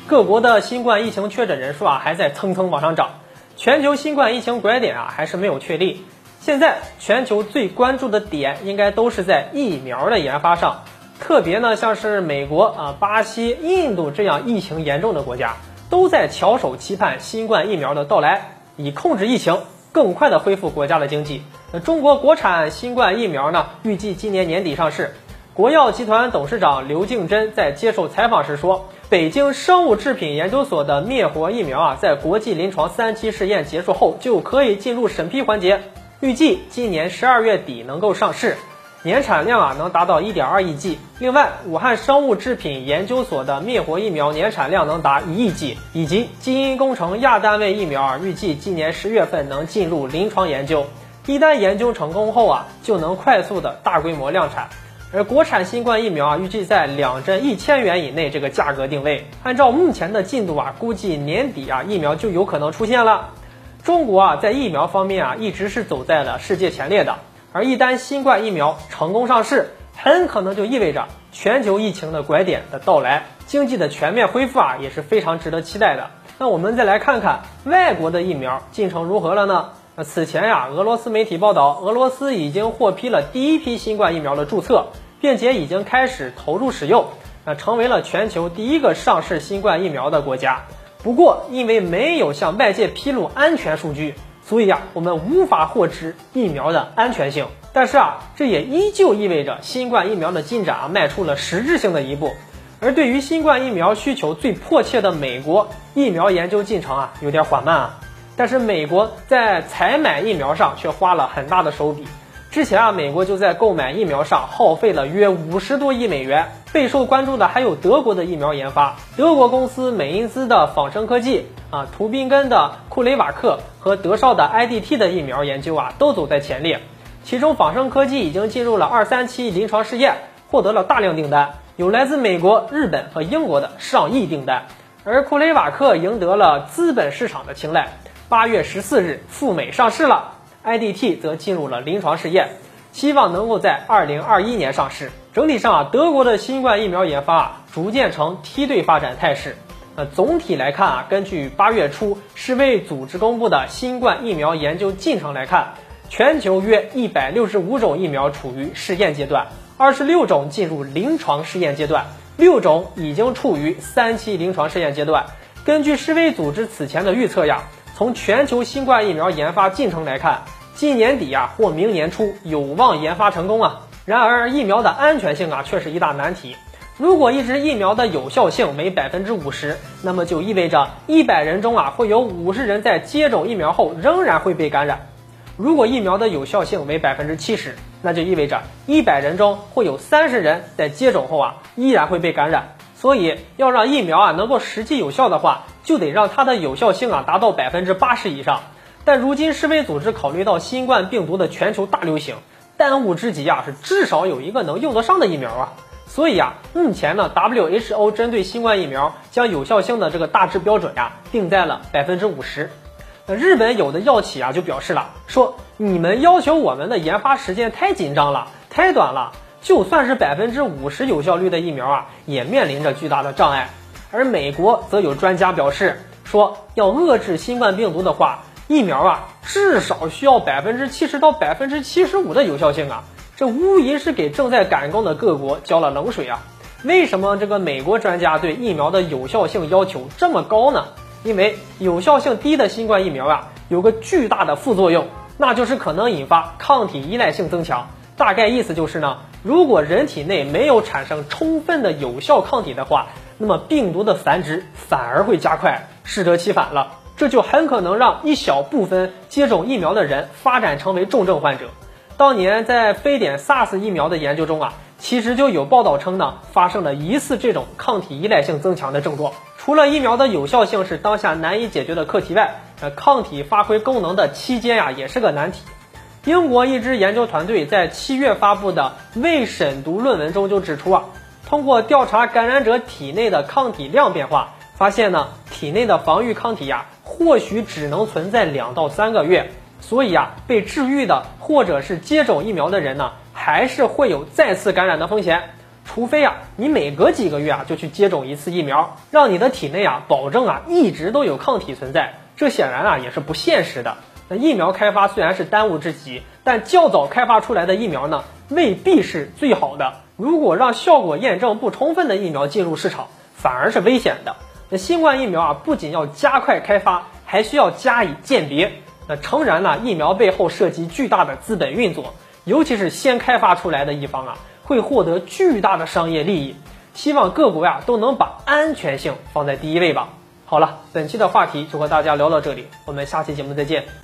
各国的新冠疫情确诊人数还在蹭蹭往上涨，全球新冠疫情拐点还是没有确立。现在全球最关注的点应该都是在疫苗的研发上，特别呢像是美国巴西、印度这样疫情严重的国家，都在翘首期盼新冠疫苗的到来，以控制疫情，更快的恢复国家的经济。中国国产新冠疫苗呢，预计今年年底上市。国药集团董事长刘敬珍在接受采访时说，北京生物制品研究所的灭活疫苗在国际临床3期试验结束后就可以进入审批环节，预计今年12月底能够上市，年产量能达到 1.2 亿剂。另外，武汉生物制品研究所的灭活疫苗年产量能达1亿剂，以及基因工程亚单位疫苗预计今年10月份能进入临床研究，一旦研究成功后就能快速的大规模量产。而国产新冠疫苗预计在2针1000元以内这个价格定位，按照目前的进度估计年底疫苗就有可能出现了。中国在疫苗方面一直是走在了世界前列的，而一旦新冠疫苗成功上市，很可能就意味着全球疫情的拐点的到来，经济的全面恢复也是非常值得期待的。那我们再来看看外国的疫苗进程如何了呢？此前俄罗斯媒体报道，俄罗斯已经获批了第一批新冠疫苗的注册，并且已经开始投入使用，成为了全球第一个上市新冠疫苗的国家。不过因为没有向外界披露安全数据，所以我们无法获知疫苗的安全性。但是这也依旧意味着新冠疫苗的进展迈出了实质性的一步。而对于新冠疫苗需求最迫切的美国，疫苗研究进程有点缓慢但是美国在采买疫苗上却花了很大的手笔。之前美国就在购买疫苗上耗费了约50多亿美元。备受关注的还有德国的疫苗研发，德国公司美因兹的仿生科技图宾根的库雷瓦克和德绍的 IDT 的疫苗研究都走在前列。其中仿生科技已经进入了2、3期临床试验，获得了大量订单，有来自美国、日本和英国的上亿订单。而库雷瓦克赢得了资本市场的青睐，8月14日赴美上市了。IDT 则进入了临床试验，希望能够在2021年上市。整体上德国的新冠疫苗研发逐渐呈梯队发展态势。总体来看根据8月初世卫组织公布的新冠疫苗研究进程来看，全球约165种疫苗处于试验阶段，26种进入临床试验阶段，6种已经处于3期临床试验阶段。根据世卫组织此前的预测从全球新冠疫苗研发进程来看，今年底或明年初有望研发成功然而疫苗的安全性却是一大难题。如果一支疫苗的有效性为 50%， 那么就意味着100人中会有50人在接种疫苗后仍然会被感染。如果疫苗的有效性为 70%， 那就意味着100人中会有30人在接种后依然会被感染。所以要让疫苗能够实际有效的话，就得让它的有效性达到 80% 以上。但如今世卫组织考虑到新冠病毒的全球大流行，当务之急是至少有一个能用得上的疫苗所以目前呢 WHO 针对新冠疫苗将有效性的这个大致标准定在了 50%。日本有的药企就表示了，说你们要求我们的研发时间太紧张了，太短了，就算是 50% 有效率的疫苗也面临着巨大的障碍。而美国则有专家表示说，要遏制新冠病毒的话，疫苗至少需要 70%到 75% 的有效性这无疑是给正在赶工的各国浇了冷水为什么这个美国专家对疫苗的有效性要求这么高呢？因为有效性低的新冠疫苗有个巨大的副作用，那就是可能引发抗体依赖性增强。大概意思就是呢，如果人体内没有产生充分的有效抗体的话，那么病毒的繁殖反而会加快，适得其反了。这就很可能让一小部分接种疫苗的人发展成为重症患者。当年在非典 SARS 疫苗的研究中其实就有报道称发生了疑似这种抗体依赖性增强的症状。除了疫苗的有效性是当下难以解决的课题外，抗体发挥功能的期间也是个难题。英国一支研究团队在7月发布的未审读论文中就指出通过调查感染者体内的抗体量变化，发现体内的防御抗体或许只能存在2到3个月，所以被治愈的或者是接种疫苗的人还是会有再次感染的风险。 除非你每隔几个月就去接种一次疫苗，让你的体内保证一直都有抗体存在，这显然也是不现实的。那疫苗开发虽然是当务之急，但较早开发出来的疫苗呢，未必是最好的。如果让效果验证不充分的疫苗进入市场，反而是危险的。那新冠疫苗不仅要加快开发，还需要加以鉴别。那诚然疫苗背后涉及巨大的资本运作，尤其是先开发出来的一方会获得巨大的商业利益。希望各国都能把安全性放在第一位吧。好了，本期的话题就和大家聊到这里，我们下期节目再见。